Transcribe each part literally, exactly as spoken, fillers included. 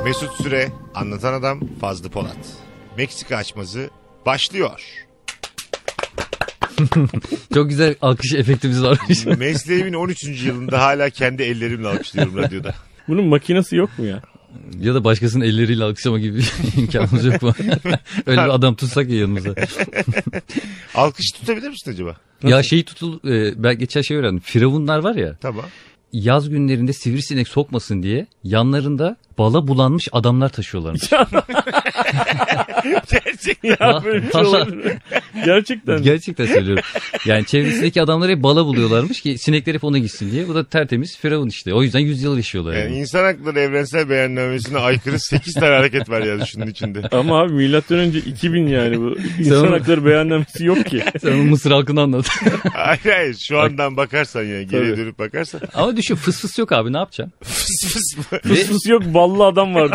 Mesut Süre, Anlatan Adam, Fazlı Polat. Meksika açmazı başlıyor. Çok güzel alkış efektimiz var. Mesleğimin on üçüncü yılında hala kendi ellerimle alkışlıyorum radyoda. Bunun makinesi yok mu ya? Ya da başkasının elleriyle alkışlama gibi bir imkanımız yok mu? Öyle bir adam tutsak ya yanımıza. Alkış tutabilir misin acaba? Ya şeyi tutul, e, ben geçen şey öğrendim. Firavunlar var ya. Tamam. Yaz günlerinde sivrisinek sokmasın diye yanlarında bala bulanmış adamlar taşıyorlarmış. Gerçekten. Ya böyle bir şey olabilir mi? Gerçekten. Gerçekten söylüyorum. Yani çevresindeki adamlar hep bala buluyorlarmış ki sinekler hep ona gitsin diye. Bu da tertemiz firavun işte. O yüzden yüz yıl yaşıyorlar yani. Yani insan hakları evrensel beyannamesine aykırı sekiz tane hareket var ya şunun içinde. Ama abi milattan önce iki bin yani bu. İnsan Sen- hakları beyannamesi yok ki. Sen onu Mısır halkını anlat. Hayır hayır şu andan bakarsan yani geri Tabii. dönüp bakarsan. Ama düşün fıs fıs yok abi ne yapacaksın? Fıs fıs mı? Fıs fıs yok, ballı adam vardı.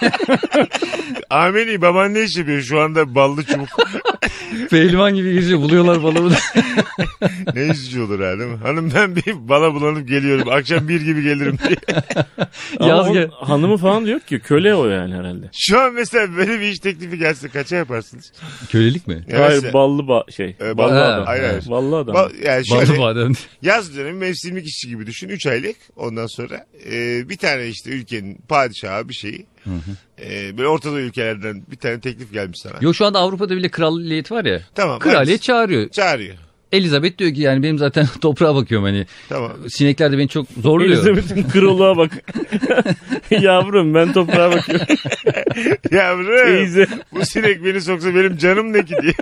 Ameni baban ne iş yapıyor şu anda ballı çubuk. Pehlivan gibi geziyor buluyorlar balığı. Ne üzücü olur ha değil mi? Hanım ben bir bala bulanıp geliyorum. Akşam bir gibi gelirim diye. Ama Yaz o gel. hanımı falan diyor ki köle o yani herhalde. Şu an mesela böyle bir iş teklifi gelse kaça yaparsınız? Kölelik mi? Ya Hayır mesela- ballı ba şey. E, ballı Ha, adam. hayır, hayır. Ballı adam. Ba- yani Bazı şöyle badem. yaz dönemi mevsimlik işçi gibi düşün. üç aylık ondan sonra e, bir tane işte ülkenin padişahı bir şeyi. E, böyle Ortadoğu ülkelerden bir tane teklif gelmiş sana. Yok şu anda Avrupa'da bile kraliyet var ya. Tamam. Kraliyet hadi. çağırıyor. Çağırıyor. Elizabeth diyor ki yani benim zaten toprağa bakıyorum hani. Tamam. Sinekler de beni çok zorluyor. Elizabeth'in krallığa bak. Yavrum ben toprağa bakıyorum. Yavrum Teyze. bu sinek beni soksa benim canım ne ki diye.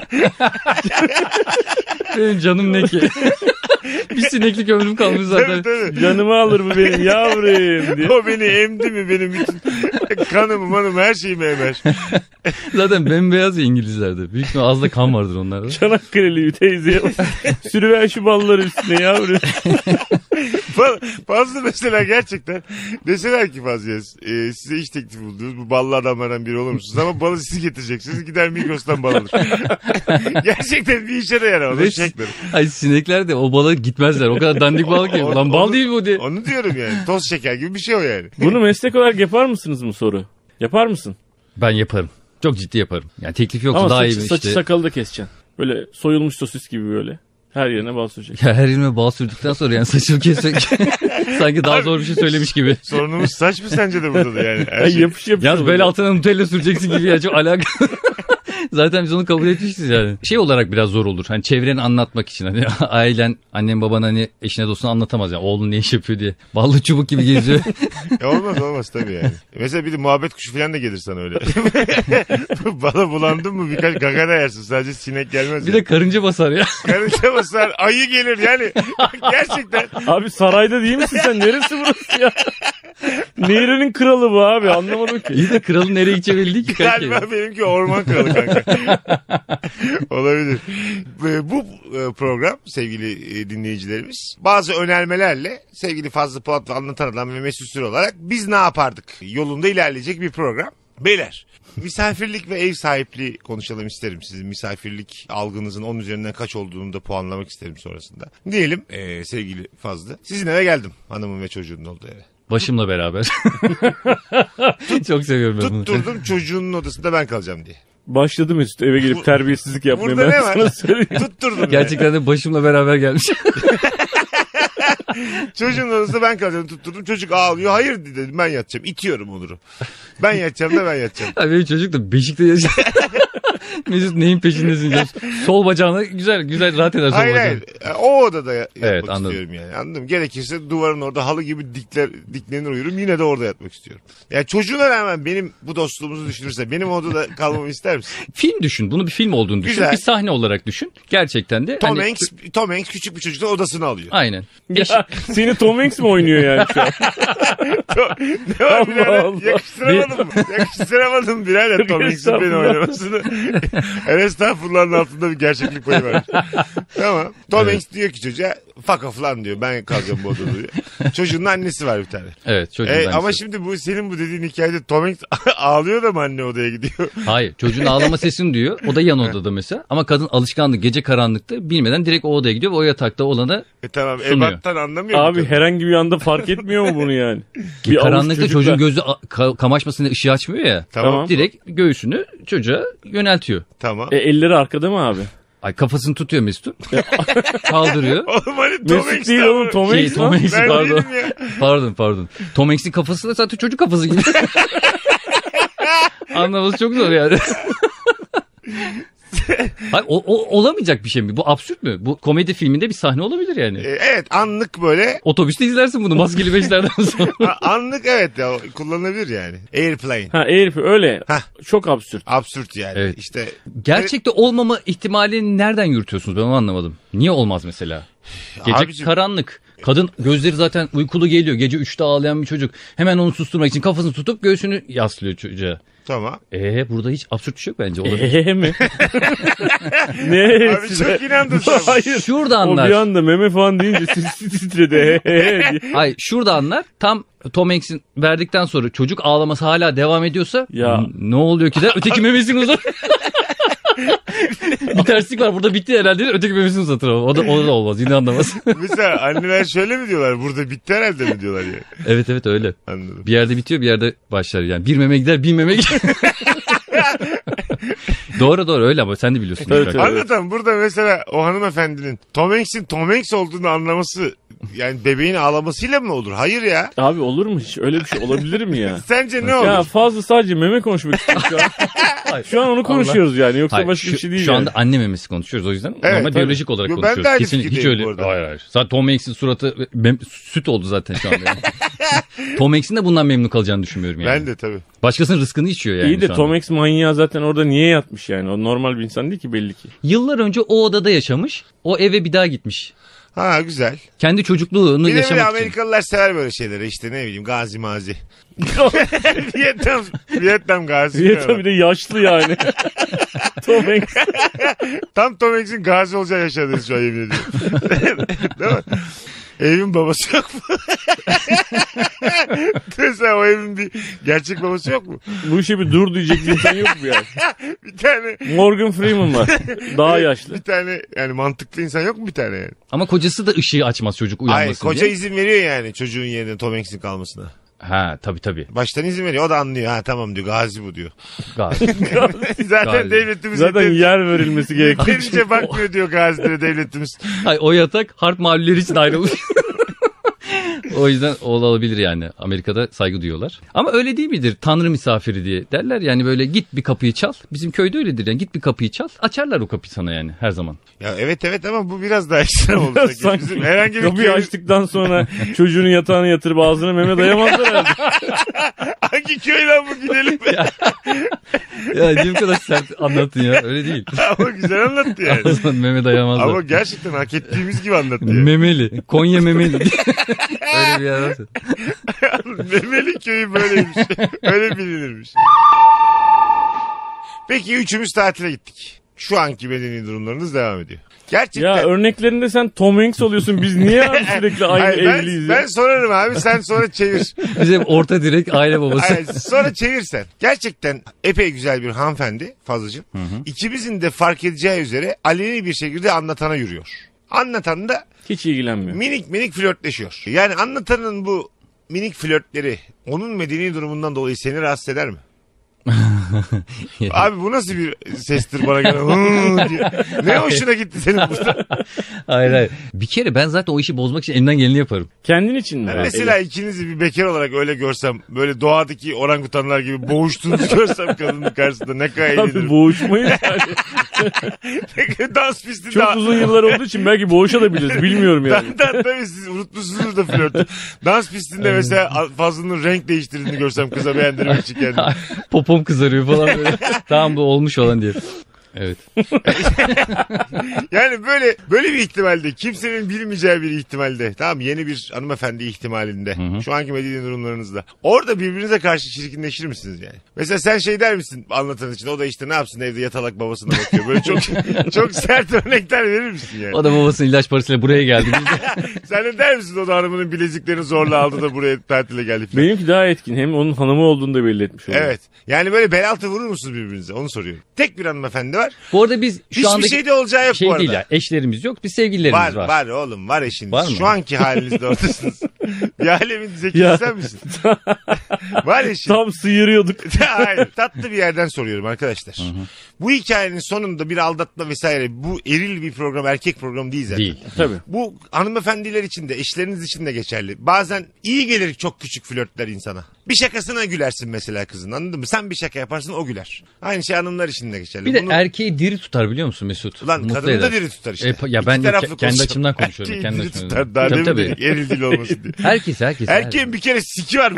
Benim canım ne ki? Bir sineklik ömrüm kalmış zaten. Tabii, tabii. Canımı alır bu benim yavrum diye. O beni emdi mi benim bütün kanımı manımı her şeyimi emer. Zaten bembeyaz ya İngilizlerde. Büyük ihtimalle az da kan vardır onlarda. Çanakkale'li teyzeye bak. Sürüver şu balları üstüne yavrum. Fazla mesela gerçekten deseler ki Fazlı Yaz, e, size iş teklifi buldunuz bu ballı adamlardan biri olur musunuz ama balı siz getireceksiniz gider Migros'tan bal alır. Gerçekten bir işe de yaramaz. Ve- O şekler. Ay sinekler de o bala gitmezler. O kadar dandik balık ki. Lan bal değil bu diye. Onu diyorum yani toz şeker gibi bir şey o yani. Bunu meslek olarak yapar mısınız mı soru? Yapar mısın? Ben yaparım. Çok ciddi yaparım. Yani teklif yoksa Ama daha saçı, iyi mi saçı işte. sakalı da keseceksin. Böyle soyulmuş sosis gibi böyle. Her yerine bal süreceksin. Ya her yerime bal sürdükten sonra yani saçımı kesmek sanki daha zor bir şey söylemiş gibi. Sorunumuz saç mı sence de burada da yani? Her Ay, şey. yapış yapış. Yalnız oluyor. böyle altına Nutella süreceksin gibi ya çok alakalı. Zaten biz onu kabul etmişiz yani. Şey olarak biraz zor olur. Hani çevreni anlatmak için hani ailen, annen baban hani eşine dostuna anlatamaz yani. Oğlun ne iş yapıyor diye. Ballı çubuk gibi geziyor. E olmaz olmaz tabii yani. Mesela bir de muhabbet kuşu falan da gelir sana öyle. Bala bulandın mı birkaç gaga da yersin. Sadece sinek gelmez. Bir yani. de karınca basar ya. Karınca basar, ayı gelir yani. Gerçekten. Abi sarayda değil misin sen? Neresi burası ya? Nerenin kralı bu abi? Anlamadım ki. İyi de kralın nereye gideceği belli değil ki kanki. Galiba benimki orman kralı kanka. Olabilir. Bu e, program sevgili e, dinleyicilerimiz bazı önermelerle sevgili Fazlı Polat ve Anlatan Adam ve Mesut Süre olarak biz ne yapardık yolunda ilerleyecek bir program. Beyler misafirlik ve ev sahipliği konuşalım isterim. Sizin misafirlik algınızın on üzerinden kaç olduğunu da puanlamak isterim sonrasında. Diyelim e, sevgili Fazlı sizin eve geldim hanımın ve çocuğunun olduğu eve. Başımla beraber. Çok seviyorum ben bunu. Tutturdum çocuğunun odasında ben kalacağım diye. Başladı Mesut eve gelip terbiyesizlik yapmaya. Burada Ben ne var? sana söyleyeyim. Tutturdum. Gerçekten de başımla beraber gelmiş. Çocuğun odasında ben kalacağım tutturdum. Çocuk ağlıyor. Hayır dedim ben yatacağım. İtiyorum Onur'u. Ben yatacağım da ben yatacağım. Abi benim çocuk da Beşik'te yaşıyor. Mesut neyin peşindesin diyor. Sol bacağına güzel güzel rahat eder sol Hayır bacağını. hayır. O odada yatmak Evet, anladım. istiyorum yani. Anladın mı? Gerekirse duvarın orada halı gibi dikler, diklenir uyurum. Yine de orada yatmak istiyorum. Yani çocuğuna rağmen benim bu dostluğumuzu düşünürse benim odada kalmamı ister misin? Film düşün. Bunu bir film olduğunu düşün. Güzel. Bir sahne olarak düşün. Gerçekten de. Tom hani- Hanks Tom Hanks küçük bir çocukla odasını alıyor. Aynen. Ya, seni Tom Hanks mi oynuyor yani şu an? Ne var Allah birader? Allah. Yakıştıramadım mı? Yakıştıramadım birader Tom Hanks'in beni Estağfurullah. oynamasını. Her estağfurullahın altında bir gerçeklik payı var. Tamam. Tom Evet. Hanks diyor ki çocuğa fuck off lan diyor. Ben kalacağım bu odada diyor. Çocuğun annesi var bir tane. Evet çocuğun E, annesi. ama şimdi bu senin bu dediğin hikayede Tom Hanks ağlıyor da mı anne odaya gidiyor? Hayır çocuğun ağlama sesini duyuyor. O da yan odada mesela. Ama kadın alışkanlık gece karanlıkta bilmeden direkt o odaya gidiyor ve o yatakta olana E tamam Sunuyor. ebattan anlamıyor mu? Abi kadın? herhangi bir anda fark etmiyor mu bunu yani? Bir avuç karanlıkta çocukla- çocuğun gözü a- ka- kamaşmasın diye ışığı açmıyor ya. Tamam. Direkt göğsünü çocuğa yöneltiyor. Tamam. E, elleri arkada mı abi? Ay kafasını tutuyor Mesut'un. Kaldırıyor. Oğlum hani Tom Mesut Hanks değil de oğlum, bu. Tom Şey, Hanks Tom lan. Hanks Ben pardon. değilim ya. Pardon pardon. Tom Hanks'in kafası da zaten çocuk kafası gibi. Anlaması çok zor yani. Hayır, o, o olamayacak bir şey mi? Bu absürt mü? Bu komedi filminde bir sahne olabilir yani. E, evet anlık böyle Otobüste izlersin bunu maskeli beşlerden sonra. a- anlık evet ya kullanılabilir yani. Airplane. Ha herif öyle. Hah. Çok absürt. Absürt yani. Evet. İşte Gerçekte olmama ihtimalini nereden yürütüyorsunuz? Ben onu anlamadım. Niye olmaz mesela? Gece Abicim- karanlık. Kadın gözleri zaten uykulu geliyor. Gece üçte ağlayan bir çocuk. Hemen onu susturmak için kafasını tutup göğsünü yaslıyor çocuğa. tamam. Eee burada hiç absürt bir şey yok bence. Olabilir. Eee mi? ne? Abi çok inandın sen. Hayır. Şurada O bir anlar. anda meme falan deyince sesi titredi. Eee diye. Ay şurada anlar. Tam Tom Hanks'in verdikten sonra çocuk ağlaması hala devam ediyorsa Ya. "N- ne oluyor ki der. Öteki memesini uzat. Bir terslik var burada bitti herhalde der. Öteki memesini uzatır. O da, o da olmaz yine anlamaz. Mesela anneler şöyle mi diyorlar? Burada bitti herhalde mi diyorlar yani? Evet evet öyle. Anladım. Bir yerde bitiyor bir yerde başlar yani. Bir meme gider bir meme gider. Doğru doğru öyle ama sen de biliyorsun. Evet, mutlaka. evet. Anlatan burada mesela o hanımefendinin Tom Hanks'in Tom Hanks olduğunu anlaması yani bebeğin ağlamasıyla mı olur? Hayır ya. Abi olur mu hiç? Öyle bir şey olabilir mi ya? Sence ne Ya olur? fazla sadece meme konuşmak istiyorum şu an. Hayır. Şu an onu konuşuyoruz yani. Yoksa Hayır, başka şu, bir şey değil şu yani. anda anne memesi konuşuyoruz o yüzden. Evet, Normal tabii. biyolojik olarak Yo, ben de konuşuyoruz. aynı Kesinlikle hiç fikirdeyim öyle. bu arada. Hayır hayır. Zaten Tom Hanks'in suratı mem- süt oldu zaten şu anda. Yani. Tom Hanks'in de bundan memnun kalacağını düşünmüyorum yani. Ben de tabii. Başkasının rızkını içiyor yani İyi de şu Tom anda. Hanks manyağı zaten orada niye yatmış yani? O normal bir insan değil ki belli ki. Yıllar önce o odada yaşamış. O eve bir daha gitmiş. Ha güzel. Kendi çocukluğunu Bir de böyle yaşamak için. Amerikalılar sever böyle şeyleri işte ne bileyim gazi mazi. Vietnam, Vietnam gazi. Niye tabii de yaşlı yani. Tom Hanks. Tam Tom Hanks'in gazi olacağı yaşadınız şu an yemin ediyorum. Değil mi? Evin babası yok mu? Mesela o evin bir gerçek babası yok mu? Bu işe bir dur diyecek bir insan yok mu yani? Bir tane Morgan Freeman var. Daha yaşlı. bir tane yani mantıklı insan yok mu bir tane yani? Ama kocası da ışığı açmaz çocuk uyanmasın Hayır koca diye. izin veriyor yani çocuğun yerine Tom Hanks'in kalmasına. Ha tabii tabii. Baştan izin veriyor o da anlıyor ha tamam diyor gazi bu diyor. Gayet. Zaten Gazi. devletimiz Zaten yer verilmesi gerekiyor. yeterince bakmıyor diyor gazilere devletimiz. Hayır, o yatak harp mahallleri için ayrılmış. O yüzden o olabilir yani. Amerika'da saygı duyuyorlar. Ama öyle değil midir? Tanrı misafiri diye derler. Yani böyle git bir kapıyı çal. Bizim köyde öyledir yani. Git bir kapıyı çal. Açarlar o kapıyı sana yani her zaman. Ya evet evet ama bu biraz daha ekstrem oldu. sanki. Sanki Bizim herhangi bir kapıyı köy, açtıktan sonra çocuğunu yatağına yatırıp ağzına meme dayamazlar herhalde. hangi köyden bu gidelim? Ya niye bu kadar sert anlattın ya? Öyle değil. Ama güzel anlattı yani. O zaman meme dayamazlar. Ama gerçekten hak ettiğimiz gibi anlattı yani. Memeli. Konya Memeli. Öyle bir yer varsa. Memeli köyü böyleymiş. Öyle bilinirmiş. Peki üçümüz tatile gittik. Şu anki medeni durumlarınız devam ediyor. Gerçekten. Ya örneklerinde sen Tom Hanks oluyorsun. Biz niye abi sürekli aynı Hayır, ben, evliyiz ya? ben sorarım abi sen sonra çevir. Bize orta direkt aile babası. Hayır, sonra çevirsen. Gerçekten epey güzel bir hanımefendi Fazlıcığım. İkimizin de fark edeceği üzere aleni bir şekilde anlatana yürüyor. Anlatan da Hiç ilgilenmiyor. minik minik flörtleşiyor. Yani anlatanın bu minik flörtleri onun medeni durumundan dolayı seni rahatsız eder mi? Abi bu nasıl bir sestir bana gelen? Hı diye. Ne hoşuna gitti senin burada? Hayır hayır. Bir kere ben zaten o işi bozmak için elimden geleni yaparım. Kendin için mi? Ben mesela ikinizi bir bekar olarak öyle görsem böyle doğadaki orangutanlar gibi boğuştuğunuzu görsem kadının karşısında ne kadar Tabii eğlenirim. boğuşmayız yani. Dans pistinde Çok uzun yıllar olduğu için belki boğuşabiliriz. Bilmiyorum yani. Da, da, tabii siz unutmuşsunuz da flörtü. Dans pistinde mesela Fazlı'nın renk değiştirdiğini görsem kıza beğendirmek için kendini. Popom kızarıyor falan böyle. Tamam bu olmuş olan diye. Evet. Yani böyle böyle bir ihtimalde, kimsenin bilmeyeceği bir ihtimalde, tamam, yeni bir hanımefendi ihtimalinde, hı hı. şu anki medeni durumlarınızda, orada birbirinize karşı çirkinleşir misiniz yani? Mesela sen şey der misin anlatan için, o da işte ne yapsın evde yatalak babasına bakıyor. Böyle çok çok sert örnekler verir misin yani? O da babasının ilaç parasıyla buraya geldi. Sen de der misin o da hanımının bileziklerini zorla aldı da buraya tatile geldi falan. Benimki daha etkin. Hem onun hanımı olduğunu da belli etmiş oluyor. Evet. Yani böyle bel altı vurur musunuz birbirinize? Onu soruyorum. Tek bir hanımefendi var. Bu arada biz şu hiçbir anda şey de olacağı yok şey bu arada. değil ya. Eşlerimiz yok. Biz sevgililerimiz var. var. Var oğlum, var eşiniz. Var mı? Şu anki halinizde oradasınız. Bir alemin zekisi Ya. sen misin? Var eşin. Tam sıyırıyorduk. Hayır, tatlı bir yerden soruyorum arkadaşlar. Hı hı. Bu hikayenin sonunda bir aldatma vesaire, bu eril bir program, erkek programı değil zaten. Değil. Tabii. Bu hanımefendiler için de, eşleriniz için de geçerli. Bazen iyi gelir çok küçük flörtler insana. Bir şakasına gülersin mesela kızın, anladın mı? Sen bir şaka yaparsın, o güler. Aynı şey hanımlar için de geçerli. Bir de Bunu... erkeği diri tutar biliyor musun Mesut? Ulan Mutlu kadını da eder. diri tutar işte. E, ya İki ben de taraflı ke- kendi konuşalım. açımdan konuşuyorum. Erkeği Kendi diri açımdan. tutar. Daha Tabii, ne tabii. bileyim, eril dil olmasın diye. Herkes herkes. Erkeğin bir kere siki var mı?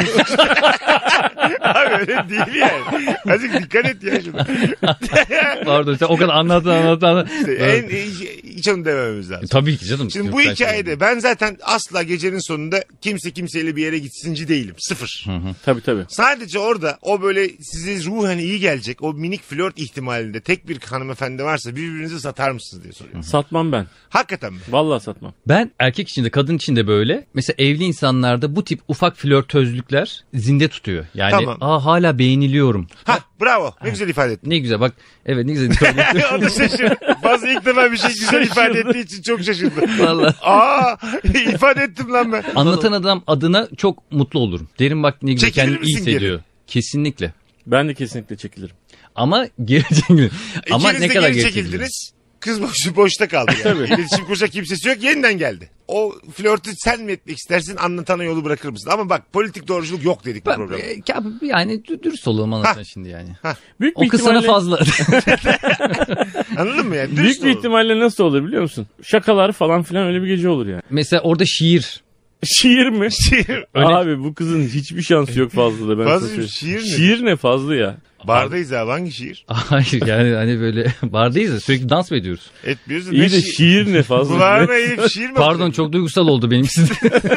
Abi öyle değil yani. Azıcık dikkat et ya şuna. Pardon sen o kadar anlattın anlattın. anlattın. İşte en, hiç, hiç onu demememiz lazım. E, tabii ki canım. Şimdi Yok, bu ben hikayede şey- ben zaten asla gecenin sonunda kimse kimseyle bir yere gitsinci değilim. Sıfır. Hı hı. Tabii tabii. Sadece orada o böyle size ruhen iyi gelecek o minik flört ihtimalinde tek bir hanımefendi varsa birbirinizi satar mısınız diye soruyorum. Satmam ben. Hakikaten mi? Vallahi satmam. Ben erkek için de kadın için de böyle. Mesela evli insanlarda bu tip ufak flörtözlükler zinde tutuyor. Yani Tamam. aa hala beğeniliyorum. Ha bravo. Ne güzel ifade ettin. Ne güzel bak. Evet ne güzel ifade ettin. O da şaşırdı. Bazı ilk defa bir şey güzel ifade ettiği için çok şaşırdı. Vallahi. Aa ifade ettim lan ben. Anlatan adam adına çok mutlu olurum. Derim bak ne güzel Çekilir kendini iyi misin geri? hissediyor. Kesinlikle. Ben de kesinlikle çekilirim. Ama geri çekilir. Ama İkiniz ne de kadar geri geri çekildiniz. çekilir? Kız boşu boşta kaldı yani. Tabii. İletişim kuracak kimsesi yok, yeniden geldi. O flörtü sen mi etmek istersin, anlatana yolu bırakır mısın? Ama bak politik doğruculuk yok dedik bu Ben, programda. e, ya- yani dü- dürüst olalım anlatan şimdi yani. Büyük bir O kız sana ihtimalle, fazla. Anladın mı yani? büyük Dürüst bir olun. ihtimalle nasıl olur biliyor musun? Şakalar falan filan öyle bir gece olur yani. Mesela orada şiir. Şiir mi? Şiir. Öyle- Abi bu kızın hiçbir şansı yok fazla da ben Fazla sana bir söyleyeyim. şiir ne? Şiir ne fazla ya? Bardayız abi, hangi şiir? Hayır yani hani böyle bardayız da sürekli dans mı ediyoruz? Etmiyoruz. İyi Ne de şiir? şiir ne fazla? Kulağına eğip şiir mi? Pardon çok duygusal oldu benim için.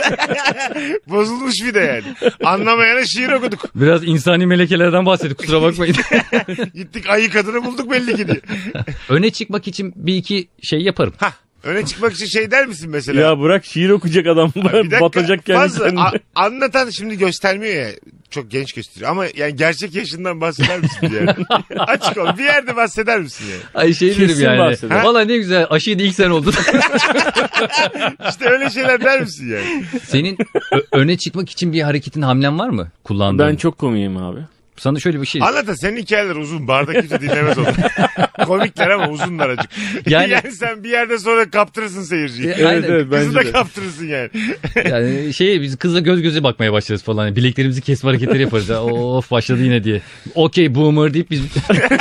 Bozulmuş bir de yani. Anlamayana şiir okuduk. Biraz insani melekelerden bahsettik kusura bakmayın. Gittik ayı kadını bulduk belli ki diye. Öne çıkmak için bir iki şey yaparım. Hah. Öne çıkmak için şey der misin mesela? Ya bırak şiir okuyacak adam Bir dakika, batacak kendi fazla. kendine. A- anlatan şimdi göstermiyor ya. Çok genç gösteriyor. Ama yani gerçek yaşından bahseder misin bir yerde? Açık ol. Bir yerde bahseder misin yani? Ay şey derim Kesin yani. bahseder. Valla ne güzel aşıyı da ilk sen oldun. İşte öyle şeyler der misin yani? Senin ö- öne çıkmak için bir hareketin hamlen var mı? Kullandığın. Ben çok komiyim abi. Sana şöyle bir şey. Anlatan senin hikayeler uzun. Barda kimse dinlemez onu. Komikler ama uzunlar acık. Yani... Yani- sen bir yerde sonra kaptırırsın seyirciyi. E, Evet aynen. evet Kızı bence da de. kaptırırsın yani. Yani şey biz kızla göz göze bakmaya başlarız falan. Bileklerimizi kesme hareketleri yaparız. Ya. Of başladı yine diye. Okey boomer deyip biz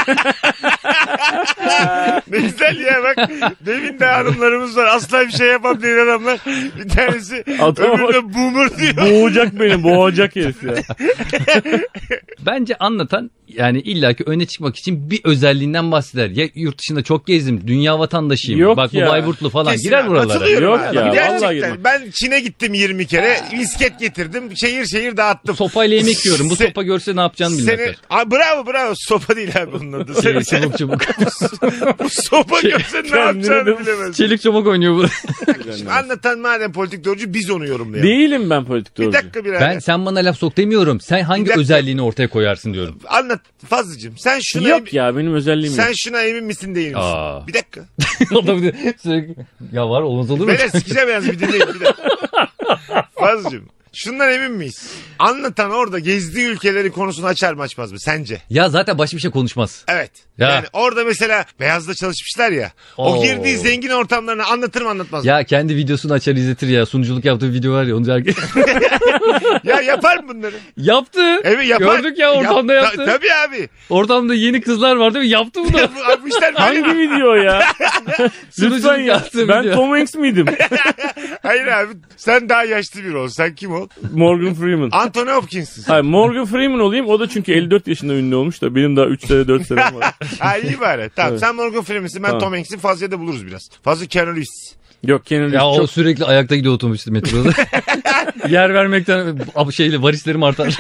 Ne güzel ya bak. Demin de hanımlarımız var. Asla bir şey yapam diyen adamlar. Bir tanesi Adama öbürü de boomer diyor. Boğacak beni boğacak herif ya. bence anlatan yani illaki öne çıkmak için bir özelliğinden bahseder. Ya yurt dışında çok gezdim. Dünya vatandaşıyım. Yok Bak ya. bu Bayburtlu falan Kesin girer abi, buralara. katılıyorum Yok abi. ya, Gerçekten. vallahi girmem. Ben Çin'e gittim yirmi kere. Misket getirdim. Şehir şehir dağıttım. Sopayla yemek yiyorum. Bu Se- sopa görse ne yapacağını bilmezler. Seni... Aa, bravo bravo. Sopa değil abi bunun adı. Sen, Şey, sen, çabuk çabuk. bu sopa görse ne kendine yapacağını de- bilemez. Çelik çabuk oynuyor bu. Şimdi anlatan madem politik doğrucu biz onu yorumlayalım. Değilim ben politik Bir doğrucu. dakika birader. Ben sen bana laf sok demiyorum. Sen hangi dakika. özelliğini ortaya koyarsın diyorum. Anlat Fazlıcığım. Sen şuna Yok emin- ya benim özelliğim sen yok. şuna emin misin değil misin? Aa. Bir dakika. O da bir de sürekli ya var olmaz olur mu? Beyler sikeceğim yalnız bir dinleyin bir dakika. Fazlıcığım. Şundan emin miyiz? Anlatan orada gezdiği ülkeleri konusunu açar mı açmaz mı sence? Ya zaten başka bir şey konuşmaz. Evet. Ya. Yani orada mesela Beyaz'da çalışmışlar ya. O Oo. girdiği zengin ortamlarını anlatır mı anlatmaz mı? Ya kendi videosunu açar izletir ya. Sunuculuk yaptığı bir video var ya. Onu herkes... Ya yapar mı bunları? yaptı. Evet yapar. Gördük ya ortamda Yap- yaptı. Ta- tabii abi. Ortamda yeni kızlar var değil mi? Yaptı bunu. Ya bu, bu işler böyle. Hangi video ya? Lütfen Sunuculuk ya. yaptığı Ben video. Tom Hanks miydim? Hayır abi sen daha yaşlı biri ol. Sen kim ol? Morgan Freeman. Anthony Hopkins'sin. Hayır, Morgan Freeman olayım. O da çünkü elli dört yaşında ünlü olmuş da benim daha üç sene dört senem var. Ha iyi bari. Tamam Evet. sen Morgan Freeman'sin ben Tamam. Tom Hanks'in Fazlı'ya da buluruz biraz. Fazlı Keanu Reeves. Yok Kenan Ya Reeves o çok... sürekli ayakta gidiyor otobüste metroda. Yer vermekten ab- şeyle varislerim artar.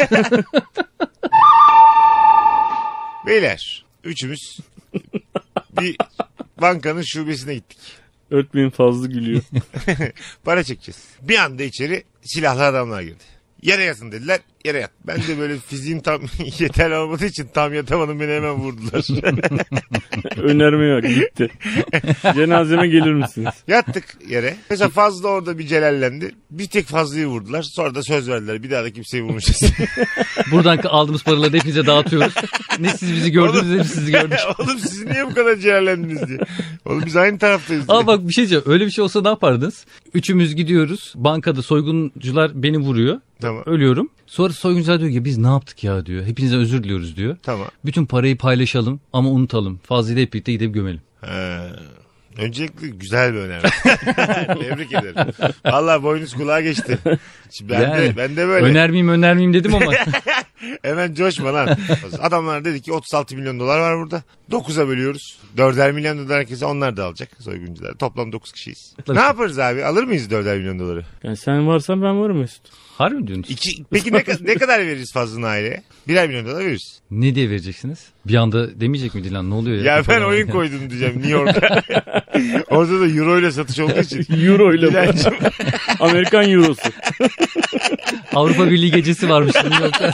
Beyler üçümüz bir bankanın şubesine gittik. Öğretmenin fazla gülüyor. Para çekeceğiz. Bir anda içeri silahlı adamlar girdi. Yere yatın dediler. Yere yat. Ben de böyle fiziğim tam yeterli olmadığı için tam yatamadım. Beni hemen vurdular. Önerme yok gitti. Cenazeme gelir misiniz? Yattık yere. Mesela Fazlı orada bir celallendi. Bir tek Fazlı'yı vurdular. Sonra da söz verdiler. Bir daha da kimseyi vurmayacağız. Buradan aldığımız paraları da hepinize dağıtıyoruz. Ne siz bizi gördünüz ne biz sizi gördük. Oğlum siz niye bu kadar celallendiniz diye. Oğlum biz aynı taraftayız diye. Ama bak bir şey diyeceğim. Öyle bir şey olsa ne yapardınız? Üçümüz gidiyoruz. Bankada soyguncular beni vuruyor. Tamam. Ölüyorum. Sonra soyguncular diyor ki biz ne yaptık ya diyor. Hepinize özür diliyoruz diyor. Tamam. Bütün parayı paylaşalım ama unutalım. Fazlıyla hep birlikte gidip gömelim. Ha. Öncelikle güzel bir önerme. Tebrik ederim. Valla boynuz kulağa geçti. Şimdi ben, Yani, de, ben de böyle. Önermeyeyim önermeyeyim dedim ama. Hemen coşma lan. Adamlar dedi ki otuz altı milyon dolar var burada. dokuza bölüyoruz. dörder milyon dolar herkese onlar da alacak soyguncular. Toplam dokuz kişiyiz. Ne yaparız abi? Alır mıyız dörder milyon doları? Yani sen varsan ben varım Mesut. Harbi mi diyorsunuz? İki, peki ne, ne kadar veririz Fazlı'nın aileye? Birer milyon dolar veririz. Ne diye vereceksiniz? Bir anda demeyecek mi Dilan? Ne oluyor ya? Ya ben Kafadan- oyun koydum diyeceğim New York'ta. Orada da euro ile satış olduğu için. Euro ile Dilancım. Amerikan Eurosu. Avrupa Birliği gecesi varmış. New York'ta.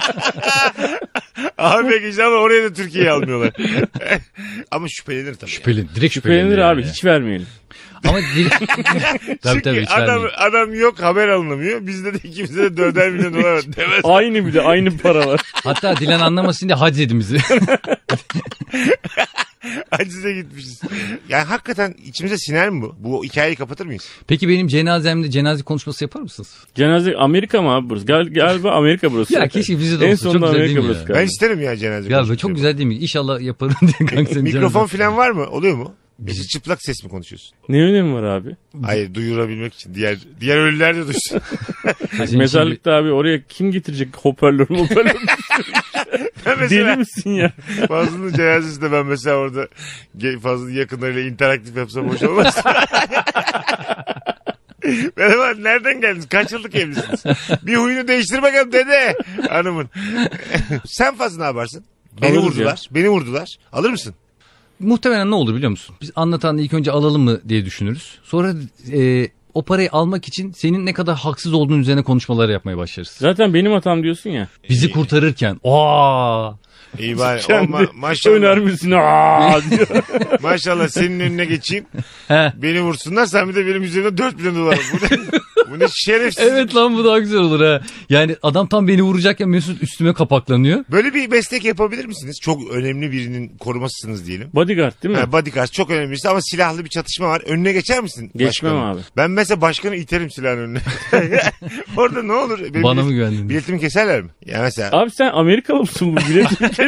Abi peki ama oraya da Türkiye'yi almıyorlar. Ama şüphelenir tabii. Şüpheli. Direkt şüphelenir. Şüphelenir abi yani. hiç vermeyelim. Ama direkt... tabii Çünkü tabii hiç adam, vermeyin. adam yok haber alınamıyor. Bizde de ikimizde de dörder milyon dolar var. Demez. Aynı bir de aynı para var. Hatta Dilan anlamasın diye hac edin bizi. Acize gitmişiz. Yani hakikaten içimize siner mi bu? Bu hikayeyi kapatır mıyız? Peki benim cenazemde cenaze konuşması yapar mısınız? Cenaze Amerika mı abi burası? Gal galiba Amerika burası. Ya keşke bize de En olsa. Çok sonunda güzel Amerika değil mi burası ya? galiba. Ben isterim ya cenaze. Ya konuşmayı. çok güzel değil mi? İnşallah yaparım diye kanka senin Mikrofon cenazen. falan var mı? Oluyor mu? Bizi çıplak ses mi konuşuyorsun? Ne önemi var abi? Hayır duyurabilmek için. Diğer diğer ölüler de duysun. Senin Mezarlıkta abi oraya kim getirecek hoparlör hoparlör? Ben Deli mesela misin ya? Fazlı'nın cenazesinde ben mesela orada ge- Fazlı'nın yakınlarıyla interaktif yapsam hoş olmaz. Merhaba nereden geldiniz? Kaç yıllık evlisiniz? Bir huyunu değiştir bakalım dede hanımın. Sen Fazlı ne yaparsın? Beni Alırız vurdular. Beni vurdular. Alır mısın? Muhtemelen ne olur biliyor musun? Biz anlatan ilk önce alalım mı diye düşünürüz. Sonra e, o parayı almak için senin ne kadar haksız olduğun üzerine konuşmalar yapmaya başlarız. Zaten benim hatam diyorsun ya. Bizi kurtarırken. Aa! İyi bari. Kendi Olma, maşallah. öner misin? Aa diyor. Maşallah senin önüne geçeyim. He. Beni vursunlar sen bir de benim üzerime dört milyon dolar. Bu ne, bu ne şerefsiz. Evet lan bu daha güzel olur ha. Yani adam tam beni vuracakken Mesut üstüme kapaklanıyor. Böyle bir meslek yapabilir misiniz? Çok önemli birinin korumasısınız diyelim. Bodyguard değil mi? Ha, bodyguard çok önemli birisi ama silahlı bir çatışma var. Önüne geçer misin? Geçmem başkanın? abi. Ben mesela başkanı iterim silahın önüne. Orada ne olur? Benim Bana bilet- mı güvendin? Biletimi keserler mi? Ya mesela Abi sen Amerikalı mısın bu biletini kes?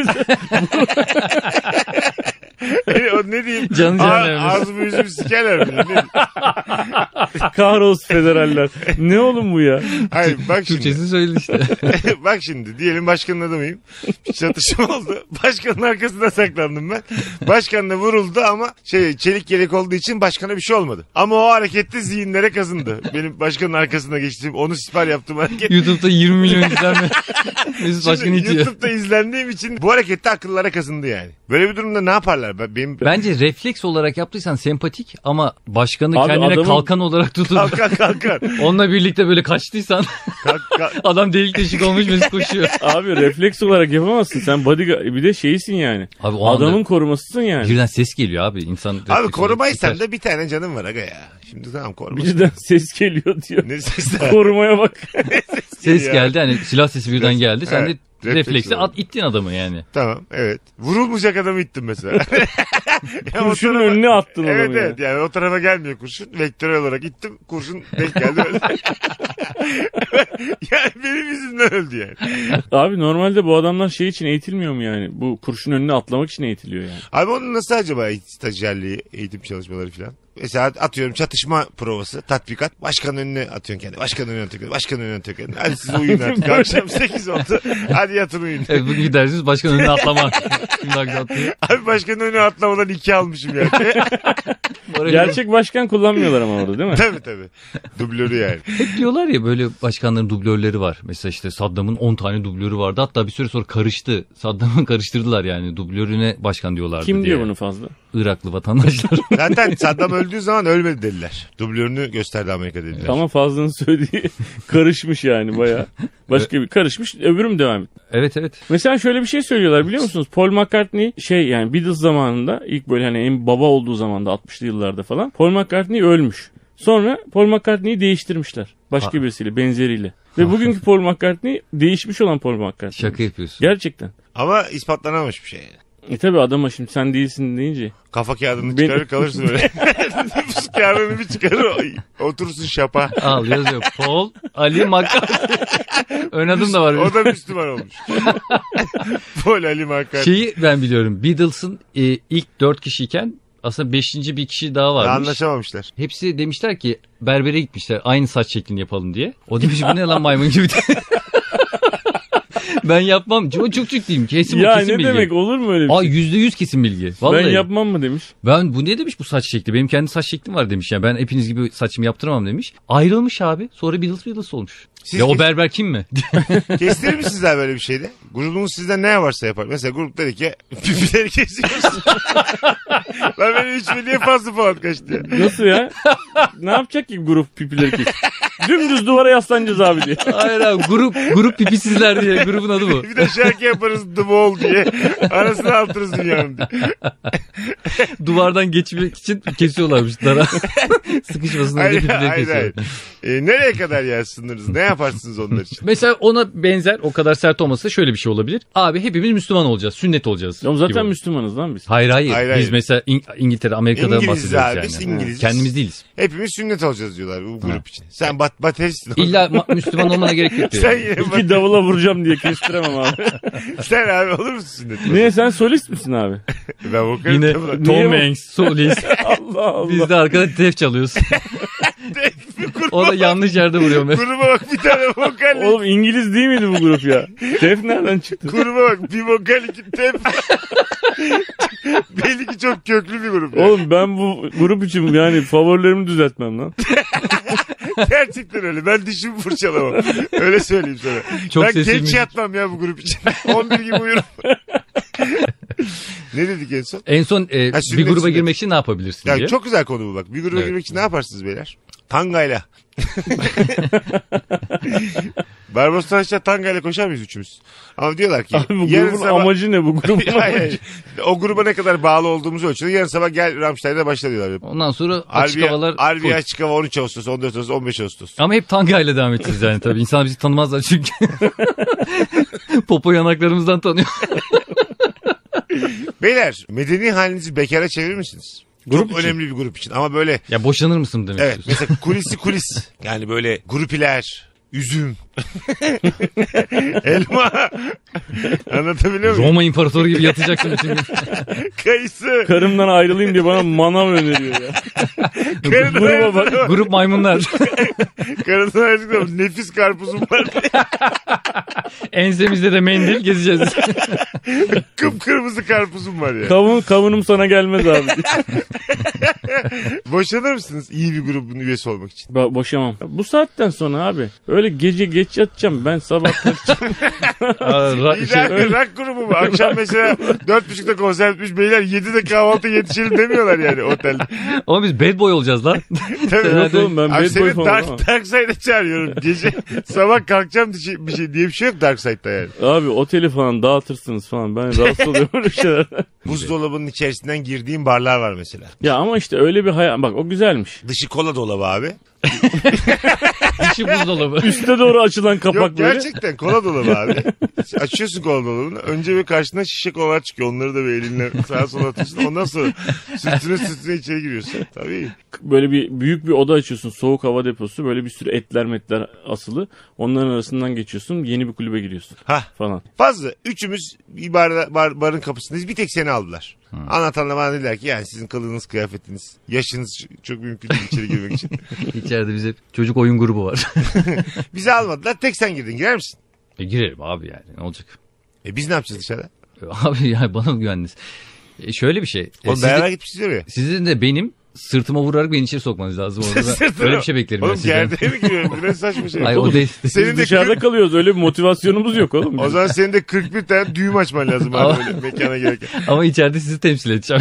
e, o ne diyeyim? Canı Aa, canına ağzımı yüzümü sikerler mi? Ne diyeyim? Kahrolsun federaller. Ne oğlum bu ya? Hayır bak şimdi. Türkçesini söyledi işte. Bak şimdi diyelim başkanın adamıyım. Bir çatışma oldu. Başkanın arkasında saklandım ben. Başkan da vuruldu ama şey çelik yelek olduğu için başkana bir şey olmadı. Ama o harekette zihinlere kazındı. Benim başkanın arkasına geçtiğim onu siper yaptığım hareket. YouTube'da yirmi milyon izlenme. Mesut Başkan'ı Şimdi itiyor. YouTube'da izlendiğim için bu harekette akıllara kazındı yani. Böyle bir durumda ne yaparlar? Ben- Benim Bence refleks olarak yaptıysan sempatik ama başkanı Abi kendine adamın- kalkan olarak tutup kalkar kalkar. onunla birlikte böyle kaçtıysan Kalk, kalk. adam delik deşik olmuş Mesut koşuyor. Abi refleks olarak yapamazsın. Sen bodyguard bir de şeysin yani. Abi o anda Adamın korumasısın yani. birden ses geliyor abi. İnsan Abi refleks korumaysan olarak da bir tane canım var aga ya. Şimdi tamam koruma. Birden ses geliyor diyor. Ne sesler? Korumaya bak. ses ya. geldi hani silah sesi birden geldi. Sen Evet, de refleks refleksle olarak. at ittin adamı yani. Tamam evet. Vurulmayacak adamı ittim mesela. Ya o Kurşunun tarafa- önüne attın adamı Evet ya. evet yani o tarafa gelmiyor kurşun. Vektörel olarak ittim. Kurşun denk geldi. Yani benim yüzümden öldü yani. Abi normalde bu adamlar şey için eğitilmiyor mu yani? Bu kurşun önüne atlamak için eğitiliyor yani. Abi onun nasıl acaba stajyerliği, eğitim çalışmaları falan? Mesela atıyorum çatışma provası, tatbikat. Başkanın önüne atıyorsun kendini. Başkanın önüne atıyorsun. Başkanın önüne atıyorsun kendini. Hadi siz uyuyun artık. Akşam sekiz oldu. Hadi yatın uyuyun. Evet, bugün gidersiniz başkanın önüne atlama. Şimdi atlıyor. Abi başkanın önüne atlamadan iki almışım yani. Gerçek başkan kullanmıyorlar ama orada değil mi? Tabii tabii. Dublörü yani. Hep diyorlar ya böyle başkanların dublörleri var. Mesela işte Saddam'ın on tane dublörü vardı. Hatta bir süre sonra karıştı. Saddam'ı karıştırdılar yani. Dublörüne başkan diyorlardı Kim diye. diyor bunu fazla? Iraklı vatandaşlar. Zaten Saddam öldüğü zaman ölmedi dediler. Dublörünü gösterdi Amerika dediler. Ama Fazlı'nın söylediği karışmış yani bayağı. Başka bir karışmış, öbürü mü devam etti? Evet evet. Mesela şöyle bir şey söylüyorlar biliyor musunuz? Paul McCartney şey yani Beatles zamanında ilk böyle hani en baba olduğu zamanda altmışlı yıllarda falan Paul McCartney ölmüş. Sonra Paul McCartney'i değiştirmişler. Başka Ha. birisiyle, benzeriyle. Ve bugünkü Paul McCartney değişmiş olan Paul McCartney. Şaka yapıyorsun. Gerçekten. Ama ispatlanamamış bir şey yani. E tabi adama şimdi sen değilsin deyince. Kafa kağıdını Ben- çıkarır kalırsın öyle. Nüfus kağıdını bir çıkarır oturursun şapa. Al yazıyor. Paul Ali McCartney. Ön adım da var. O da Müslüman olmuş. Paul Ali McCartney. Şeyi ben biliyorum. Beatles'ın e, ilk dört kişiyken aslında beşinci bir kişi daha varmış. Anlaşamamışlar. Hepsi demişler ki berbere gitmişler aynı saç şeklini yapalım diye. O demiş bu ne lan maymun gibi. Ben yapmam. Çok çok ciddiyim. Kesin bu Ya kesin ne bilgi. demek olur mu öyle bir Aa şey? yüzde yüz kesin bilgi. Vallahi. Ben yapmam mı demiş. Ben bu ne demiş bu saç şekli? Benim kendi saç şeklim var demiş. Yani ben hepiniz gibi saçımı yaptıramam demiş. Ayrılmış abi. Sonra Beatles Beatles olmuş. Siz ya o kes- berber kim mi? Kestirir mi sizler böyle bir şeyde? Grubunuz sizden ne yaparsa yapar. Mesela grup dedi ki pipileri kesiyoruz. Lan benim üç milliye fazla falan kaçtı ya. Nasıl ya? Ne yapacak ki grup pipileri kes? Dümdüz duvara yaslanacağız abi diye. Hayır abi grup grup pipisizler diye grubun adı bu. Bir de şarkı yaparız The Wall diye. Arasına altırız dünyanın diye. Duvardan geçmek için kesiyorlarmış dara. Sıkışmasın diye Hayır pipileri hayır hayır. kesiyorlar. Ee, nereye kadar ya sınırınız? Ne yaparsınız onlar için? Mesela ona benzer o kadar sert olmasa şöyle bir şey olabilir. Abi hepimiz Müslüman olacağız. Sünnet olacağız. Oğlum zaten gibi. Müslümanız lan biz. Hayır hayır. Hayır, Biz hayır. mesela İng- İngiltere, Amerika'dan İngiliz bahsediyoruz abi, yani. biz İngiliziz. Kendimiz değiliz. Hepimiz sünnet olacağız diyorlar bu grup için. Sen bat bateristsin. İlla ma- Müslüman olmana gerek yok diyor. Sen yine bat- İki davula vuracağım diye kestiremem abi. sen abi olur musun sünnet? Niye sen solist misin abi? Ben vokalim Yine tabii lan. Niye Tom bu- Hanks, solist. Allah Allah. Biz de arkada tef çalıyoruz. O da yanlış yerde vuruyor. mesela. Gruba bak bir tane vokal. Oğlum İngiliz değil miydi bu grup ya? Tef nereden çıktı? Gruba bak bir vokal iki tep. Belli ki çok köklü bir grup. Yani. Oğlum ben bu grup için yani favorilerimi düzeltmem lan. Gerçekten öyle. Ben dişimi fırçalamam. Öyle söyleyeyim sana. Çok ben sesli geç mi- yatmam ya bu grup için. on bir gibi uyurum. Ne dedik en son? En son e, Ha, bir sünnet, gruba sünnet. girmek için ne yapabilirsin Ya diye. çok güzel konu bu bak. Bir gruba Evet. girmek için ne yaparsınız beyler? Tangayla. Barbaros Taşça tangayla koşar mıyız üçümüz? Ama diyorlar ki Abi bu yarın grubun sabah... amacı ne bu grubun Hayır, amacı? hayır. O gruba ne kadar bağlı olduğumuzu ölçüyor. Yarın sabah gel Rammstein'de başla diyorlar. Ondan sonra açık Harbi, havalar Harbi full. açık hava on üç Ağustos, on dört Ağustos, on beş Ağustos. Ama hep tangayla devam edeceğiz yani tabii. İnsanlar bizi tanımazlar çünkü. Popo yanaklarımızdan tanıyor. Beyler medeni halinizi bekara çevirir misiniz? Grup Çok için. önemli bir grup için ama böyle Ya boşanır mısın demek evet istiyorsun. mesela kulisi kulis yani böyle grupiler, üzüm, elma anlatabiliyor muyum? Roma İmparatoru gibi yatacaksın bütün gün. Kayısı, Karımdan ayrılayım diye bana manav öneriyor ya. karından Gruba bak. ayrıldım. Grup maymunlar. Karından ayrıldım. Nefis karpuzum var. Ensemizde de mendil gezeceğiz. Kıpkırmızı karpuzum var ya. Kavun, kavunum sana gelmez abi. Boşanır mısınız iyi bir grubun üyesi olmak için? Ba- boşamam. Bu saatten sonra abi öyle gece geç yatacağım ben sabah kalkacağım. Aa, ra- İyi şey, de rock grubu mu? Akşam mesela dört buçukta konser bitmiş beyler yedide kahvaltı yetişelim demiyorlar yani otelde. ama biz bad boy olacağız lan. Tabii. Yok oğlum ben Abi bad boy seni falan Dark, ama. Dark Side'e çağırıyorum. Gece sabah kalkacağım bir şey, bir şey diye bir şey yok Dark Side'da yani. Abi oteli falan dağıtırsınız falan ben rahatsız oluyorum öyle şeylerden. Buzdolabının içerisinden girdiğim barlar var mesela. Ya ama işte öyle bir hayal bak o güzelmiş. Dışı kola dolabı abi. Dışı buzdolabı. Üste doğru açılan kapak Yok böyle. gerçekten kola dolabı abi. Açıyorsun kola dolabını. Önce bir karşına şişe kolalar çıkıyor. Onları da bir elinle sağa sola atıyorsun. Ondan sonra sütüne sütüne içeri giriyorsun. Tabii. Böyle bir büyük bir oda açıyorsun soğuk hava deposu böyle bir sürü etler metler asılı. Onların arasından geçiyorsun yeni bir kulübe giriyorsun Hah. falan. Fazla. Üçümüz bir bar, bar, barın kapısındayız. Bir tek seni aldılar. Hmm. Anlatanlar bana dediler ki yani sizin kılığınız, kıyafetiniz, yaşınız çok mümkün değil içeri girmek için. İçeride bize çocuk oyun grubu var. Bizi almadılar. Tek sen girdin. Girer misin? E, girerim abi yani ne olacak? E biz ne yapacağız dışarıda? Abi yani bana mı güvendiniz? E, şöyle bir şey. E, Oğlum siz de- beraber gitmişiz oraya. sizin de benim sırtıma vurarak beni içeri sokmanız lazım orada. Sırtına- Öyle bir şey beklerim. Oğlum ben sizden. gerdeğe mi giriyorum? Bu ne saçma şey. Ay, Oğlum, o değil. senin Biz de dışarıda kırk- kalıyoruz. Öyle bir motivasyonumuz yok oğlum. o zaman senin de kırk bir tane düğüm açman lazım abi Ama- böyle mekana girerken. Ama içeride sizi temsil edeceğim.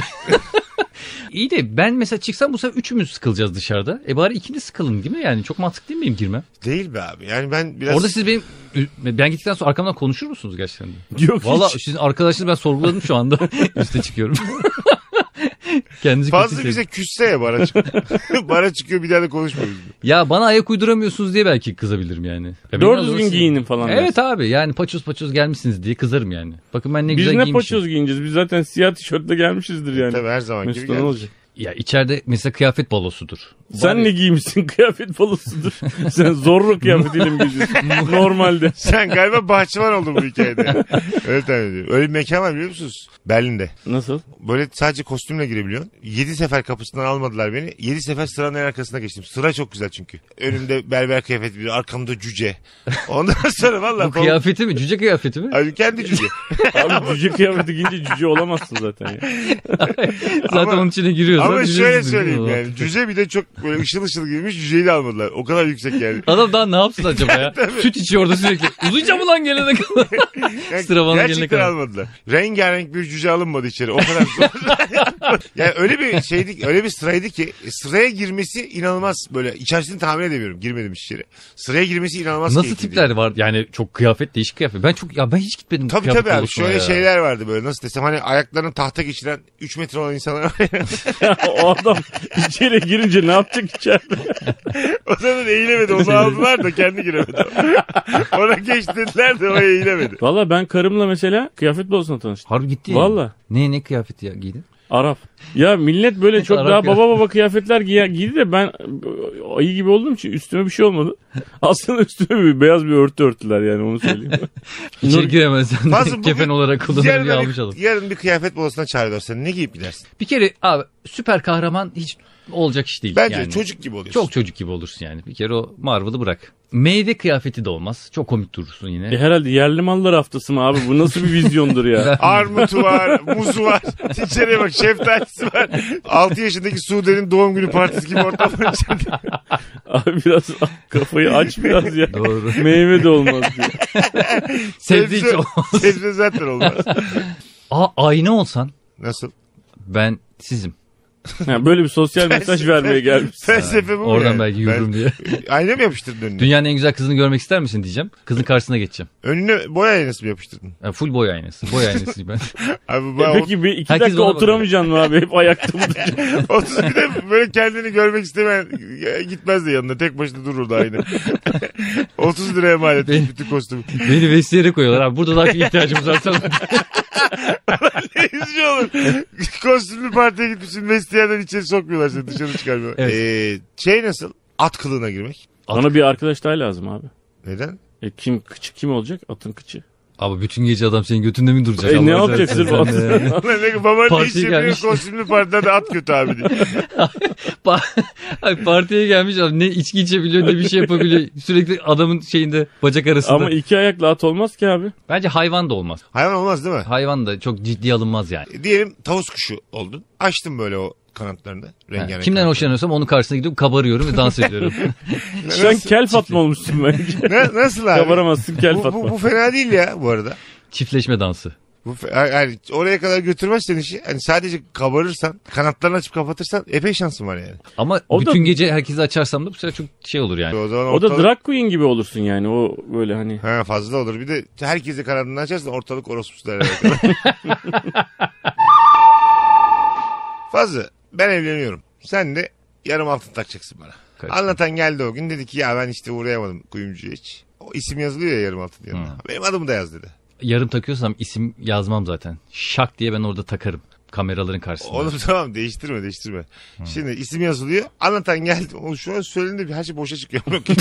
İyi de ben mesela çıksam bu sefer üçümüz sıkılacağız dışarıda. E bari ikiniz sıkılın değil mi? Yani çok mantıklı değil mi benim girmem? Değil be abi. Yani ben biraz... Orada siz benim ben gittikten sonra arkamdan konuşur musunuz gerçekten? Yok Valla hiç. sizin arkadaşınızı ben sorguladım şu anda. Üste çıkıyorum. Kendinizi kötü Fazla hissedin. bize küsse ya bara çıkıyor. Bara çıkıyor bir daha da konuşmuyoruz. Ya bana ayak uyduramıyorsunuz diye belki kızabilirim yani. Ya Doğru benim düzgün orası- giyinin falan. dersin. Evet abi yani paçoz paçoz gelmişsiniz diye kızarım yani. Bakın ben ne Biz güzel ne giymişim. paçoz giyineceğiz? Biz zaten siyah tişörtle gelmişizdir yani. Tabii her zaman gibi Mesut ne geldik. olacak? Ya içeride mesela kıyafet balosudur. Sen Bari- ne giymişsin? Kıyafet balosudur. Sen Zorro kıyafetiyle mi geziyorsun? Normalde. Sen galiba bahçıvan oldun bu hikayede. Öyle tahmin ediyorum. Öyle bir mekan var biliyor musunuz? Berlin'de. Nasıl? Böyle sadece kostümle girebiliyorsun. Yedi sefer kapısından almadılar beni. Yedi sefer sıranın en arkasına geçtim. Sıra çok güzel çünkü. Önümde berber kıyafeti biri, arkamda cüce. Ondan sonra valla... Bu kıyafeti mi? Cüce kıyafeti mi? Abi kendi cüce. Abi cüce kıyafeti giyince cüce olamazsın zaten ya. Zaten Ama- onun içine giriyoruz. Ama şöyle söyleyeyim yani. Cüce bir de çok böyle ışıl ışıl giymiş. Cüceyi de almadılar. O kadar yüksek yani. Adam daha ne yapsın acaba ya? Süt içiyor orada sürekli. Uzayacağım ulan gelene kadar. Yani Sıra bana gelene gerçekten kadar. almadılar. Rengarenk bir cüce alınmadı içeri. O kadar zor. Yani öyle bir şeydi, öyle bir sıraydı ki sıraya girmesi inanılmaz böyle içerisini tahmin edemiyorum. Girmedim içeri. Sıraya girmesi inanılmaz Nasıl keyifliydi. tipler var? Yani çok kıyafet, değişik kıyafet. Ben çok ya ben hiç gitmedim. Tabii kıyafet tabii abi. balosuna Şöyle ya. şeyler vardı böyle nasıl desem hani ayaklarını tahta geçiren üç metre olan insanlar var ya. O adam içeri girince ne yapacak içeride? O zaman eğilemedi. Onu aldılar da kendi giremedi. Ona geç dediler de o eğilemedi. Valla ben karımla mesela kıyafet balosuna tanıştım. Harbi gitti yani. Valla. Ne ne kıyafeti ya giydin? Arap. Ya millet böyle çok Arap daha ya. baba baba kıyafetler giy giydi de ben ayı gibi olduğum için üstüme bir şey olmadı. Aslında üstüme bir beyaz bir örtü örttüler yani onu söyleyeyim. İçeri giremezsen Fazla bugün- kefen olarak Yarın, kullanır almış adam. bir, yarın bir kıyafet balosuna çağırıyorlar seni. Ne giyip gidersin? Bir kere abi süper kahraman hiç olacak iş değil. Bence yani. çocuk gibi oluyorsun. Çok çocuk gibi olursun yani. Bir kere o Marvel'ı bırak. Meyve kıyafeti de olmaz. Çok komik durursun yine. E herhalde yerli mallar haftası mı abi? Bu nasıl bir vizyondur ya? Armutu var, muzu var. İçeriye bak şeftalisi var. altı yaşındaki Sude'nin doğum günü partisi gibi ortam var içeride. Abi biraz kafayı aç biraz ya. Doğru. Meyve de olmaz diye. Sebze hiç olmaz. Sebze zaten olmaz. Aa ayna olsan Nasıl? ben sizim. Ha, böyle bir sosyal mesaj vermeye gelmiş. Felsefe bu mu Oradan yani? belki yürürüm diye. Ben- Ayna mı yapıştırdın önüne? Dünyanın en güzel kızını görmek ister misin diyeceğim. Kızın karşısına geçeceğim. Önüne boya aynası mı yapıştırdın? Yani full boy aynası. Boy aynası ben. Abi E ben peki bir iki Herkes dakika ona oturamayacaksın mı abi? Hep ayakta mı duracaksın? otuz bir de böyle kendini görmek istemeyen gitmez de yanına. Tek başına dururdu aynı. otuz liraya mal etmiş Benim- bütün kostümü. Beni vestiyere koyuyorlar abi. Burada daha çok ihtiyacımız var sana. Ne üzücü olur. Kostümlü partiye gitmişsin vestiyerden içeri sokmuyorlar seni dışarı çıkarmıyorlar. Evet. Ee, şey nasıl? At kılığına girmek. Bana bir arkadaş daha lazım abi. Neden? E kim kıçı kim olacak? Atın kıçı. Abi bütün gece adam senin götünde mi duracak? E ne Allah yapacak seversen sırf sen de yani. atın? Ulan ne baban ne Partiye iş yapıyor gelmiş. kostümlü partilerde at kötü abi diye. Pa- Ay, partiye gelmiş adam ne içki içebiliyor ne bir şey yapabiliyor. Sürekli adamın şeyinde bacak arasında. Ama iki ayakla at olmaz ki abi. Bence hayvan da olmaz. Hayvan olmaz değil mi? Hayvan da çok ciddiye alınmaz yani. E, diyelim tavus kuşu oldun. Açtın böyle o kanatlarını. Rengarenk Yani kimden kanatlarını. hoşlanıyorsam onun karşısına gidip kabarıyorum ve dans ediyorum. Sen kel Fatma olmuşsun bence. Ne, nasıl abi? Kabaramazsın kel bu, Fatma. bu, bu fena değil ya bu arada. Çiftleşme dansı. Bu fe- yani oraya kadar götürmezsen işi hani sadece kabarırsan kanatlarını açıp kapatırsan epey şansın var yani. Ama O da- bütün gece herkesi açarsam da bu sefer çok şey olur yani. O zaman O da ortalık... drag queen gibi olursun yani. O böyle hani. Ha, fazla olur. Bir de herkese kanadını açarsan ortalık orospusu der. herhalde. Fazla. Ben evleniyorum. Sen de yarım altın takacaksın bana. Kaç Anlatan geldi o gün dedi ki ya ben işte uğrayamadım kuyumcuya hiç. O isim yazılıyor ya yarım altın yanına. Hı. Benim adımı da yaz dedi. Yarım takıyorsam isim yazmam zaten. Şak diye ben orada takarım. kameraların karşısında. Oğlum tamam değiştirme değiştirme. Hmm. Şimdi isim yazılıyor. Anlatan geldi. O şu an söylediğinde bir her şey boşa çıkıyor.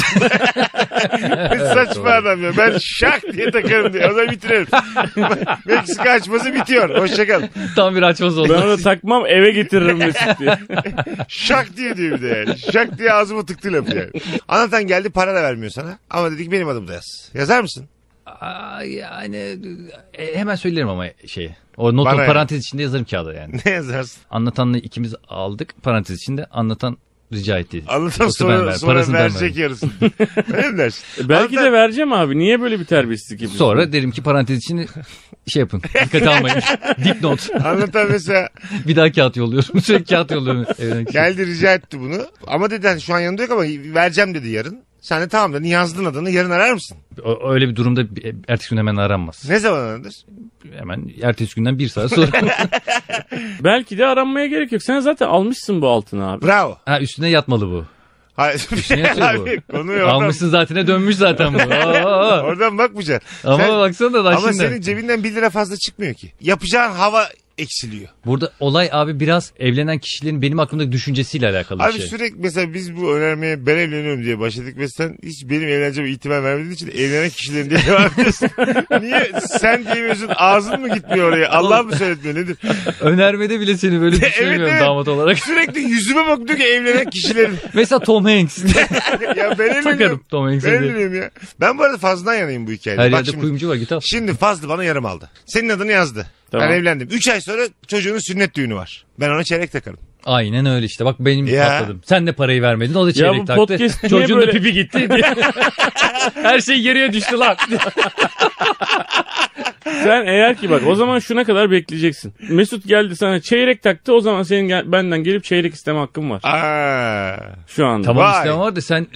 Saçma adam ya. Ben şak diye takarım diye. O zaman bitirelim. Meksika açması bitiyor. Hoşçakal. Tam bir açmaz oldu. Ben onu takmam eve getiririm Mesut diye. Şak diye diyor bir de yani. Şak diye ağzıma tıktı lafı yani. Anlatan geldi para da vermiyor sana. Ama dedik benim adımda yaz. Yazar mısın? Aa, yani e, hemen söylerim ama şeyi. O notu Bana parantez yani. içinde yazarım kağıda yani. Ne yazarsın? Anlatanla ikimiz aldık. Parantez içinde anlatan rica etti. Anlatan sonra, ver, sonra verecek yarısını. Öyle mi dersin? Belki Anlatan... de vereceğim abi. Niye böyle bir terbiyesizlik yapıyorsun? Sonra derim ki parantez içinde şey yapın. Dikkate almayın. Dipnot. Anlatan mesela. Bir daha kağıt yolluyorum. Sürekli kağıt yolluyorum. Geldi rica etti bunu. Ama dedi hani şu an yanında yok ama vereceğim dedi yarın. Sen de tamam dedin yazdın adını yarın arar mısın? O, öyle bir durumda ertesi gün hemen aranmaz. Ne zaman aranır? Hemen ertesi günden bir saat sonra. Belki de aranmaya gerek yok. Sen zaten almışsın bu altını abi. Bravo. Ha üstüne yatmalı bu. Hayır. Üstüne yatıyor bu. Abi, konuyu oradan... Almışsın zaten dönmüş zaten bu. Aa, oradan bakmayacaksın. ama Sen... baksana da Ama şimdi. senin cebinden bir lira fazla çıkmıyor ki. Yapacağın hava eksiliyor. Burada olay abi biraz evlenen kişilerin benim aklımdaki düşüncesiyle alakalı abi bir şey. Sürekli mesela biz bu önermeye ben evleniyorum diye başladık ve sen hiç benim evleneceğime ihtimal vermediğin için evlenen kişilerin diye devam ediyorsun. Niye sen diyemiyorsun ağzın mı gitmiyor oraya? Allah mı söyletmiyor nedir? Önermede bile seni böyle düşünmüyorum evet, evet. damat olarak. Sürekli yüzüme bakıyor ki evlenen kişilerin. Mesela Tom Hanks. Ya ben Takarım evleniyorum. Tom Hanks'e Ben diye. evleniyorum ya. Ben bu arada Fazlı'dan yanayım bu hikayede. Her Bak yerde şimdi, kuyumcu var git al. şimdi Fazlı bana yarım aldı. Senin adını yazdı. Tamam. Ben evlendim. Üç ay sonra çocuğunun sünnet düğünü var. Ben ona çeyrek takarım. Aynen öyle işte. Bak benim Ya. patladım. Sen de parayı vermedin. O da Ya çeyrek bu taktı. podcast niye Çocuğun böyle- da pipi gitti diye. Her şey geriye düştü lan. Sen eğer ki bak o zaman şuna kadar bekleyeceksin. Mesut geldi sana çeyrek taktı, o zaman senin gel- benden gelip çeyrek isteme hakkın var. Aa. Şu anda. Tamam Vay. istemem var da sen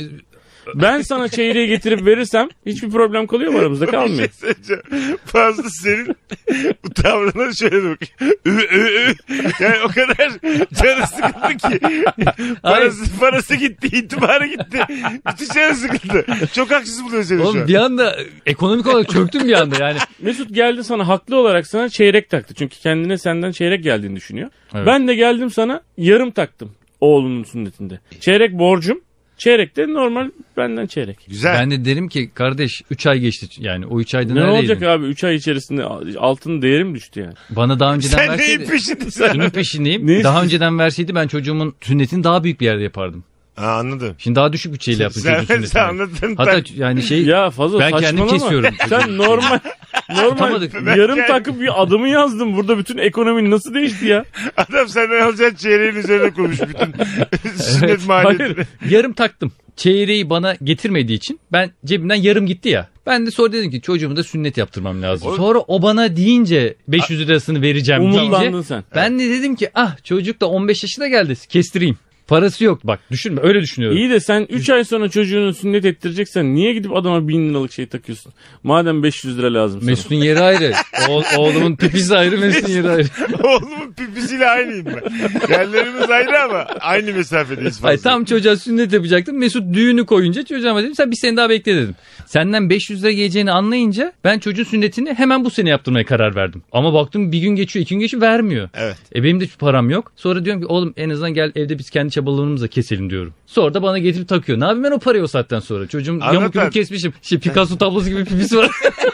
Ben sana çeyreği getirip verirsem hiçbir problem kalıyor mu aramızda? Bir şey Kalmıyor. söyleyeceğim. Fazla senin bu tavrına şöyle bak. Ü, ü, ü. Yani o kadar canı sıkıldı ki. Parası, parası gitti, itibarı gitti. Bütün canı sıkıldı. Çok haksız buluyor seni şu oğlum an. bir anda ekonomik olarak çöktüm bir anda yani. Mesut geldi sana haklı olarak sana çeyrek taktı. Çünkü kendine senden çeyrek geldiğini düşünüyor. Evet. Ben de geldim sana yarım taktım oğlunun sünnetinde. Çeyrek borcum. Çeyrek de normal benden çeyrek. Güzel. Ben de derim ki kardeş üç ay geçti yani o üç ayda Ne neredeydin? olacak abi üç ay içerisinde altının değeri mi düştü yani? Bana daha önceden Sen verseydi. neyin peşindesin? Şunun peşindeyim. Ne Daha önceden verseydi ben çocuğumun sünnetini daha büyük bir yerde yapardım. Ha, anladım. Şimdi daha düşük bütçeyle yaptım Sen, çocuğun sen sünnetini. anladın. Hatta Ben, yani şey Ya fazla ben kendim saçmalama. kesiyorum. Sen normal normal Tutamadık. yarım Ben- takıp bir adımı yazdım. Burada bütün ekonomi nasıl değişti ya? adam senden alacağın çeyreğin üzerine koymuş bütün sünnet maliyetini. Hayır, yarım taktım. Çeyreği bana getirmediği için ben cebimden yarım gitti ya. Ben de sonra dedim ki çocuğumu da sünnet yaptırmam lazım. O- Sonra o bana deyince beş yüz lirasını vereceğim Umutlandın deyince sen. ben de dedim ki ah çocuk da on beş yaşına geldi kestireyim. Parası yok bak düşünme öyle düşünüyorum. İyi de sen üç ay sonra çocuğunu sünnet ettireceksen niye gidip adama bin liralık şey takıyorsun? Madem beş yüz lira lazım sana. Mesut'un yeri ayrı. O, oğlumun pipisi ayrı Mesut'un yeri ayrı. Oğlumun pipisiyle aynıyım ben. Yerlerimiz ayrı ama aynı mesafedeyiz fazla. Hayır, tam çocuğa sünnet yapacaktım. Mesut düğünü koyunca çocuğuma dedim sen bir sene daha bekle dedim. Senden beş yüz lira geleceğini anlayınca ben çocuğun sünnetini hemen bu sene yaptırmaya karar verdim. Ama baktım bir gün geçiyor iki gün geçiyor vermiyor. Evet. E benim de param yok. Sonra diyorum ki oğlum en azından gel evde biz kendi çabalarımızla keselim diyorum. Sonra da bana getirip takıyor. Ne yapayım ben o parayı o saatten sonra? Çocuğum Anlat yamuk yumuk abi. kesmişim. İşte Picasso tablosu gibi pipisi var.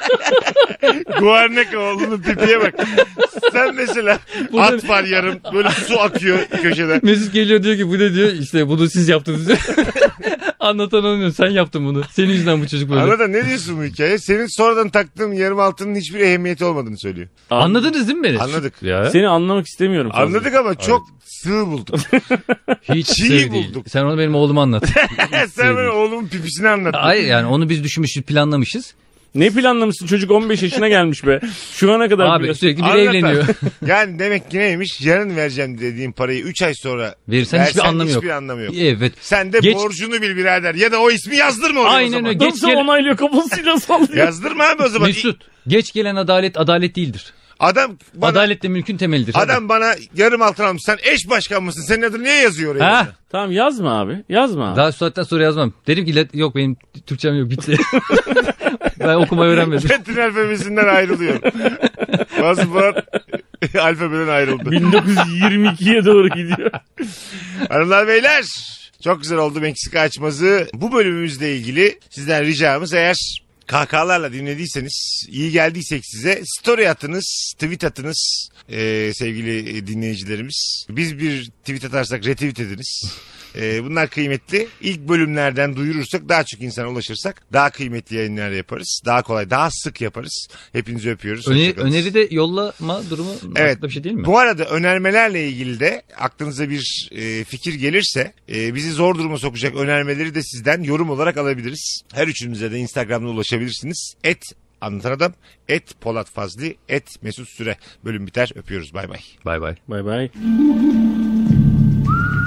Guarneka oğlunun pipiye bak. Sen mesela Buradan- at var yarım böyle su akıyor köşeden. Mesut geliyor diyor ki bu ne diyor? İşte bunu siz yaptınız diyor. Anlatan olmuyor. Sen yaptın bunu. Senin yüzünden bu çocuk böyle. Anladın ne diyorsun bu hikaye? Senin sonradan taktığın yarım altının hiçbir ehemmiyeti olmadığını söylüyor. Anladınız değil mi beni? Anladık. Ya. Seni anlamak istemiyorum. fazla. Anladık ama çok sığ bulduk. Hiç Çiğ sığ değil. bulduk. Sen onu benim oğluma anlat. Sen böyle oğlumun pipisini anlattın. Hayır yani onu biz düşünmüşüz planlamışız. Ne planlamışsın? Çocuk on beş yaşına gelmiş be. Şu ana kadar Abi bile- sürekli biri Anlat evleniyor. abi. Yani demek ki neymiş? Yarın vereceğim dediğin parayı üç ay sonra Verirsen hiçbir anlamı yok. hiçbir anlamı yok. Evet. Sen de Geç- borcunu bil birader. Ya da o ismi yazdırma oraya Aynen o zaman. öyle. Geç Nasıl gel- onaylıyor kafasıyla sallıyor. Yazdırma abi o zaman. Mesut geç gelen adalet adalet değildir. Adam bana, Adalet de mülkün temelidir. Hadi. adam bana yarım altın almış. Sen eş başkan mısın? Senin adını niye yazıyor oraya? Ha? Tamam yazma abi. Yazma abi. Daha şu saatten sonra yazmam. Dedim ki "Let- yok benim Türkçem yok bitti. Ben okumayı öğrenmedim. Metin alfabesinden ayrılıyorum. Bazı Fuat Alfabeden ayrıldı. bin dokuz yüz yirmi ikiye doğru gidiyor. Hanımlar beyler, çok güzel oldu Meksika açmazı. Bu bölümümüzle ilgili sizden ricamız, eğer kahkahalarla dinlediyseniz, iyi geldiysek size story atınız, tweet atınız ee, sevgili dinleyicilerimiz. Biz bir tweet atarsak retweet ediniz. Ee, bunlar kıymetli. İlk bölümlerden duyurursak, daha çok insana ulaşırsak daha kıymetli yayınlar yaparız. Daha kolay, daha sık yaparız. Hepinizi öpüyoruz. Öne, öneri de yollama durumu evet, bir şey değil mi? Bu arada önermelerle ilgili de aklınıza bir e, fikir gelirse e, bizi zor duruma sokacak önermeleri de sizden yorum olarak alabiliriz. Her üçümüze de Instagram'da ulaşabilirsiniz. Et Anlatan Adam, et Polat Fazli, et Mesut Süre. Bölüm biter. Öpüyoruz. Bay bay. Bay bay. Bay bay.